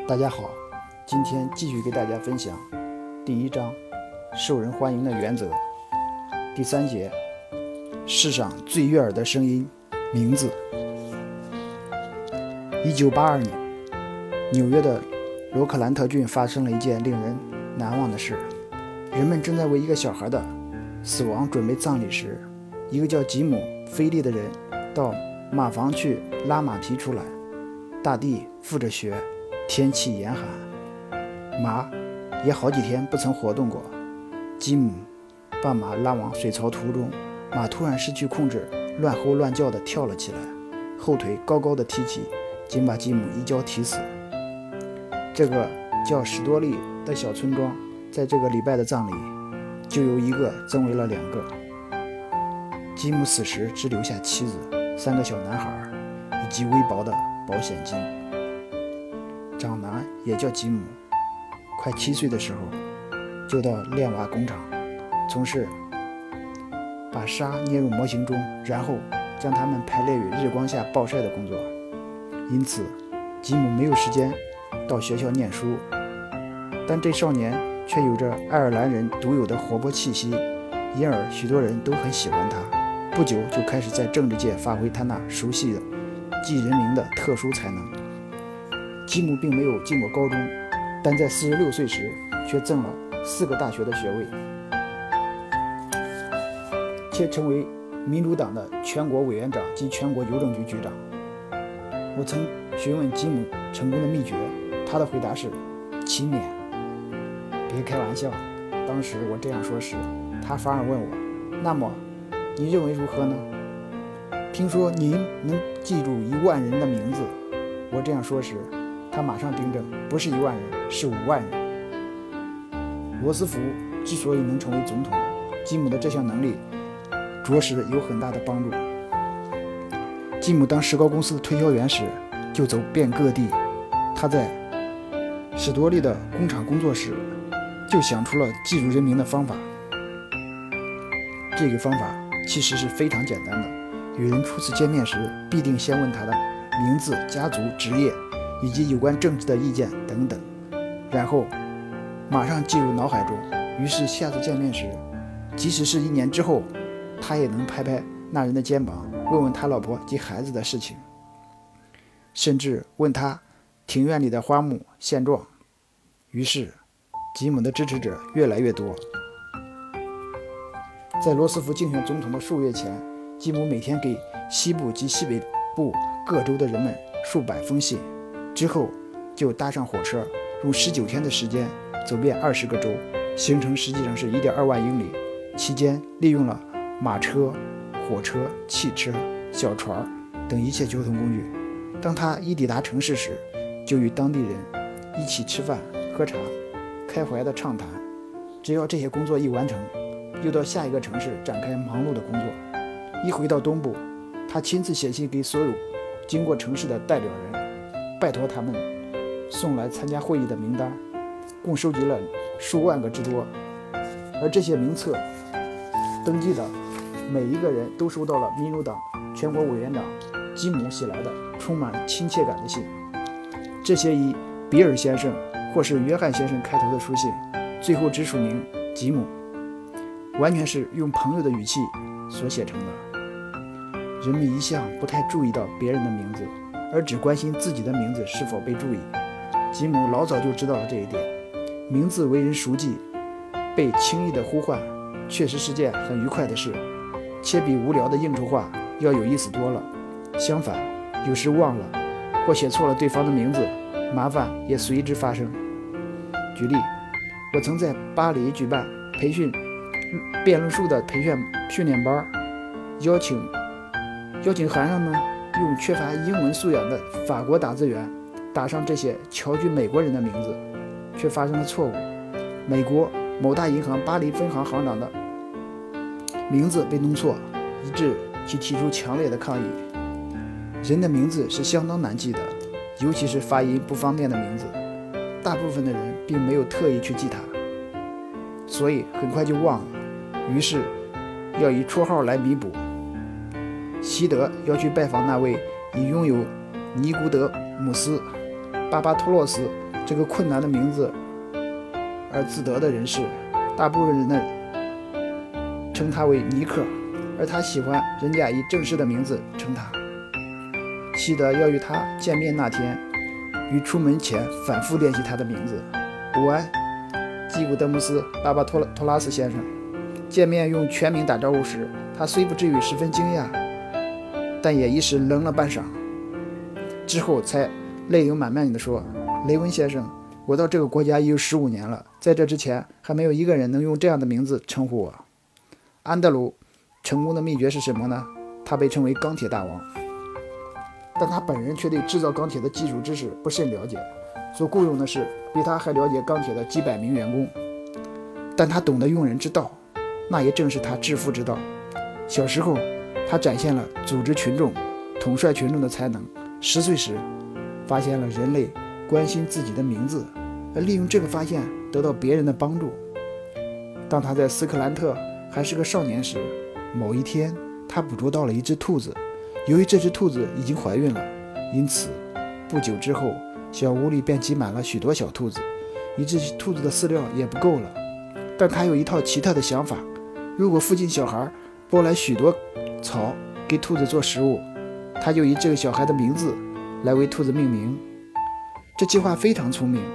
大家好，今天继续给大家分享第1章受人欢迎的原则，第3节世上最悦耳的声音，名字。1982年，纽约的罗克兰特郡发生了一件令人难忘的事。人们正在为一个小孩的死亡准备葬礼时，一个叫吉姆·菲利的人到马房去拉马匹出来。大地覆着雪，天气严寒，马也好几天不曾活动过。吉姆把马拉往水槽途中，马突然失去控制，乱吼乱叫地跳了起来，后腿高高地提起，竟把吉姆一脚踢死。这个叫史多利的小村庄，在这个礼拜的葬礼就由1个增为了2个。吉姆死时只留下妻子、3个小男孩以及微薄的保险金。长男也叫吉姆，快7岁的时候就到炼瓦工厂从事把沙捏入模型中，然后将它们排列于日光下暴晒的工作。因此吉姆没有时间到学校念书，但这少年却有着爱尔兰人独有的活泼气息，因而许多人都很喜欢他。不久就开始在政治界发挥他那熟悉的记人名的特殊才能。吉姆并没有进过高中，但在46岁时却挣了4个大学的学位，且成为民主党的全国委员长及全国邮政局局长。我曾询问吉姆成功的秘诀，他的回答是勤勉。别开玩笑，当时我这样说时，他反而问我，那么你认为如何呢？听说您能记住1万人的名字。我这样说时，他马上订正，不是1万人，是5万人。罗斯福之所以能成为总统，吉姆的这项能力着实有很大的帮助。吉姆当石膏公司的推销员时，就走遍各地。他在史多利的工厂工作时，就想出了记住人名的方法。这个方法其实是非常简单的，与人初次见面时，必定先问他的名字、家族、职业以及有关政治的意见等等，然后马上记入脑海中。于是下次见面时，即使是1年之后，他也能拍拍那人的肩膀，问问他老婆及孩子的事情，甚至问他庭院里的花木现状。于是吉姆的支持者越来越多。在罗斯福竞选总统的数月前，吉姆每天给西部及西北部各州的人们数百封信，之后就搭上火车，用19天的时间走遍20个州，行程实际上是1.2万英里。期间利用了马车、火车、汽车、小船等一切交通工具。当他一抵达城市时，就与当地人一起吃饭、喝茶、开怀的畅谈。只要这些工作一完成，又到下一个城市展开忙碌的工作。一回到东部，他亲自写信给所有经过城市的代表人，拜托他们送来参加会议的名单，共收集了数万个之多。而这些名册登记的每一个人都收到了民主党全国委员长吉姆写来的充满亲切感的信。这些以比尔先生或是约翰先生开头的书信，最后只署名吉姆，完全是用朋友的语气所写成的。人们一向不太注意到别人的名字，而只关心自己的名字是否被注意。吉姆老早就知道了这一点。名字为人熟记，被轻易的呼唤，确实是件很愉快的事，且比无聊的应酬话要有意思多了。相反，有时忘了或写错了对方的名字，麻烦也随之发生。举例，我曾在巴黎举办培训辩论术的培训训练班，邀请函上呢，用缺乏英文素养的法国打字员打上这些侨居美国人的名字，却发生了错误。美国某大银行巴黎分行行长的名字被弄错，以致其提出强烈的抗议。人的名字是相当难记的，尤其是发音不方便的名字，大部分的人并没有特意去记它，所以很快就忘了，于是要以绰号来弥补。西德要去拜访那位已拥有尼古德姆斯、巴巴托洛斯这个困难的名字而自得的人士，大部分人呢称他为尼克，而他喜欢人家以正式的名字称他。西德要与他见面那天，于出门前反复练习他的名字。午安，基古德姆斯·巴巴托拉斯先生。见面用全名打招呼时，他虽不至于十分惊讶，但也一时愣了半晌，之后才泪流满面地说：“雷文先生，我到这个国家已有15年了，在这之前还没有一个人能用这样的名字称呼我。安德鲁成功的秘诀是什么呢？他被称为钢铁大王，但他本人却对制造钢铁的基础知识不甚了解，所雇佣的是比他还了解钢铁的几百名员工。但他懂得用人之道，那也正是他致富之道。小时候，他展现了组织群众、统帅群众的才能。10岁时，发现了人类关心自己的名字，而利用这个发现得到别人的帮助。当他在斯克兰特还是个少年时，某一天他捕捉到了一只兔子。由于这只兔子已经怀孕了，因此不久之后，小屋里便挤满了许多小兔子，以致兔子的饲料也不够了。但他有一套奇特的想法，如果附近小孩拨来许多草给兔子做食物，他就以这个小孩的名字来为兔子命名。这计划非常聪明。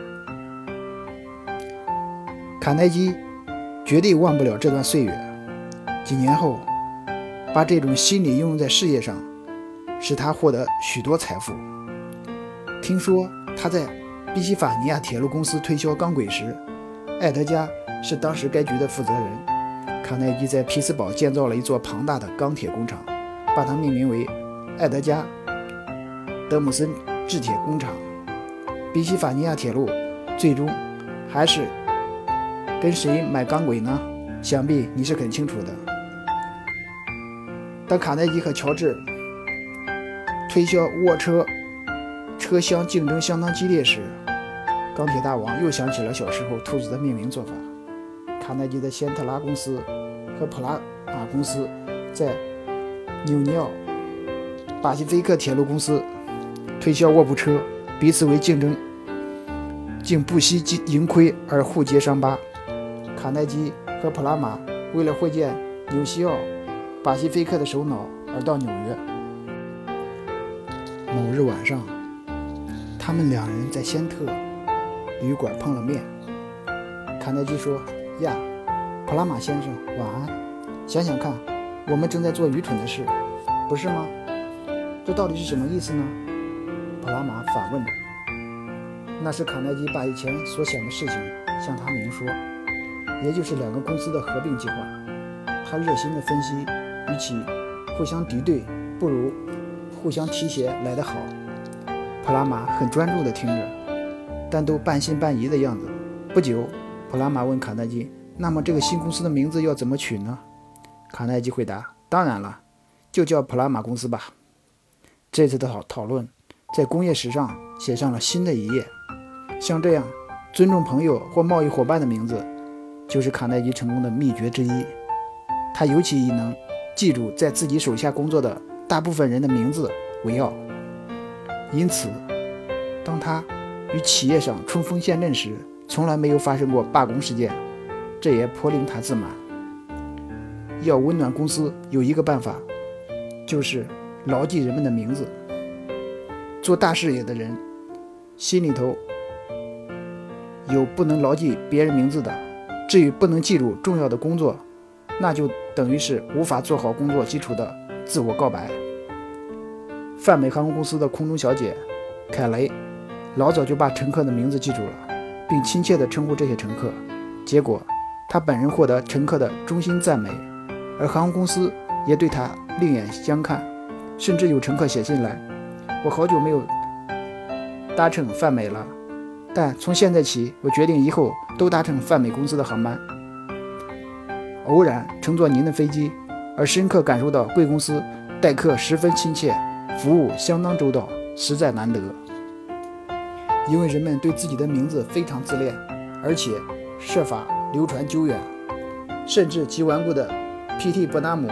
卡耐基绝对忘不了这段岁月。几年后，把这种心理应用在事业上，使他获得许多财富。听说他在宾夕法尼亚铁路公司推销钢轨时，艾德加是当时该局的负责人。卡耐基在匹兹堡建造了一座庞大的钢铁工厂，把它命名为艾德加·德姆森制铁工厂。宾夕法尼亚铁路最终还是跟谁买钢轨呢？想必你是很清楚的。当卡耐基和乔治推销卧车车厢竞争相当激烈时，钢铁大王又想起了小时候兔子的命名做法。卡耐基的仙特拉公司和普拉马公司在纽尼奥巴西菲克铁路公司推销卧铺车，彼此为竞争，竟不惜盈亏而互揭伤疤。卡耐基和普拉马为了会见纽西奥巴西菲克的首脑而到纽约。某日晚上，他们两人在仙特旅馆碰了面。卡耐基说：“呀，普拉马先生，晚安。想想看，我们正在做愚蠢的事，不是吗？这到底是什么意思呢？”普拉马反问着。那是卡耐基把以前所想的事情向他明说，也就是2个公司的合并计划。他热心地分析，与其互相敌对，不如互相提携来得好。普拉马很专注地听着，但都半信半疑的样子。不久，普拉马问卡耐基：“那么这个新公司的名字要怎么取呢？”卡耐基回答：“当然了，就叫普拉马公司吧。”这次的讨论在工业史上写上了新的一页。像这样尊重朋友或贸易伙伴的名字，就是卡耐基成功的秘诀之一。他尤其以能记住在自己手下工作的大部分人的名字为傲。因此，当他与企业上冲锋陷阵时，从来没有发生过罢工事件，这也颇令他自满。要温暖公司有一个办法，就是牢记人们的名字。做大事业的人心里头有不能牢记别人名字的，至于不能记住重要的工作，那就等于是无法做好工作基础的自我告白。泛美航空公司的空中小姐凯雷老早就把乘客的名字记住了，并亲切地称呼这些乘客，结果她本人获得乘客的衷心赞美，而航空公司也对她另眼相看，甚至有乘客写信来：“我好久没有搭乘泛美了，但从现在起，我决定以后都搭乘泛美公司的航班。偶然乘坐您的飞机，而深刻感受到贵公司待客十分亲切，服务相当周到，实在难得。”因为人们对自己的名字非常自恋，而且设法流传久远，甚至极顽固的 P.T. 伯纳姆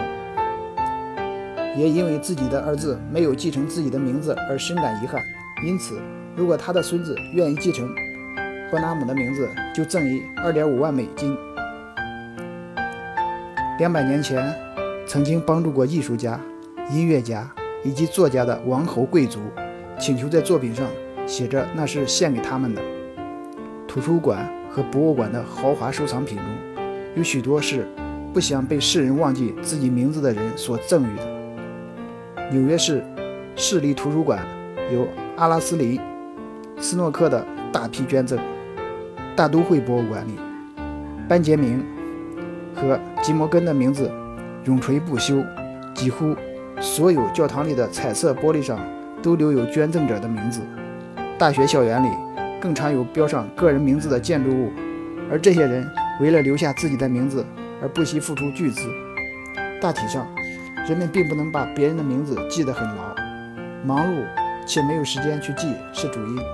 也因为自己的儿子没有继承自己的名字而深感遗憾。因此如果他的孙子愿意继承伯纳姆的名字，就赠予2.5万美金。200年前，曾经帮助过艺术家、音乐家以及作家的王侯贵族，请求在作品上写着那是献给他们的。图书馆和博物馆的豪华收藏品中，有许多是不想被世人忘记自己名字的人所赠予的。纽约市市立图书馆有阿拉斯林·斯诺克的大批捐赠。大都会博物馆里，班杰明和吉摩根的名字永垂不朽，几乎所有教堂里的彩色玻璃上都留有捐赠者的名字。大学校园里更常有标上个人名字的建筑物，而这些人为了留下自己的名字而不惜付出巨资。大体上，人们并不能把别人的名字记得很牢，忙碌且没有时间去记是主因。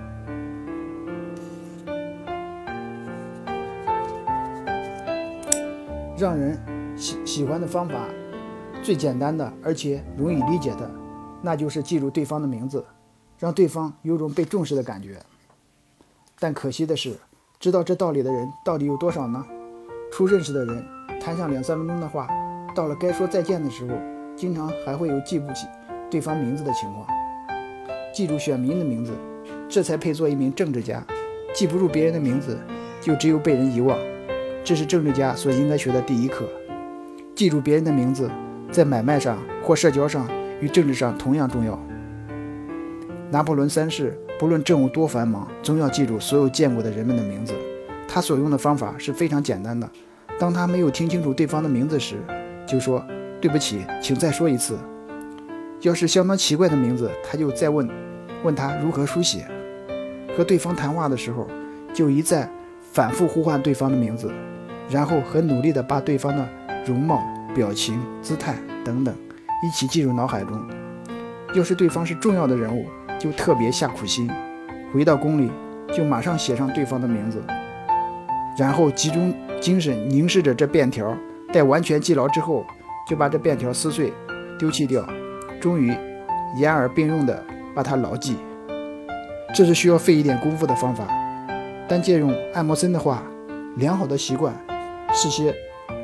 让人喜欢的方法，最简单的而且容易理解的，那就是记住对方的名字，让对方有种被重视的感觉。但可惜的是，知道这道理的人到底有多少呢？初认识的人谈上2-3分钟的话，到了该说再见的时候，经常还会有记不起对方名字的情况。记住选民的名字，这才配做一名政治家。记不住别人的名字，就只有被人遗忘。这是政治家所应该学的第一课。记住别人的名字，在买卖上或社交上与政治上同样重要。拿破仑3世不论政务多繁忙，总要记住所有见过的人们的名字。他所用的方法是非常简单的，当他没有听清楚对方的名字时，就说对不起，请再说一次。要是相当奇怪的名字，他就再问他如何书写。和对方谈话的时候，就一再反复呼唤对方的名字，然后很努力地把对方的容貌、表情、姿态等等一起记入脑海中。要是对方是重要的人物，就特别下苦心，回到宫里就马上写上对方的名字，然后集中精神凝视着这便条，待完全记牢之后，就把这便条撕碎丢弃掉，终于言而并用地把它牢记。这是需要费一点功夫的方法，但借用爱默生的话，良好的习惯是些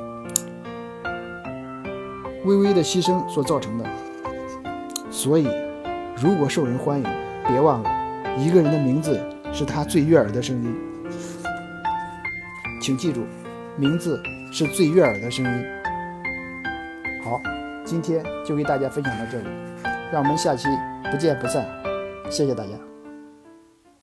微微的牺牲所造成的。所以如果受人欢迎，别忘了一个人的名字是他最悦耳的声音。请记住，名字是最悦耳的声音。好，今天就给大家分享到这里，让我们下期不见不散。谢谢大家。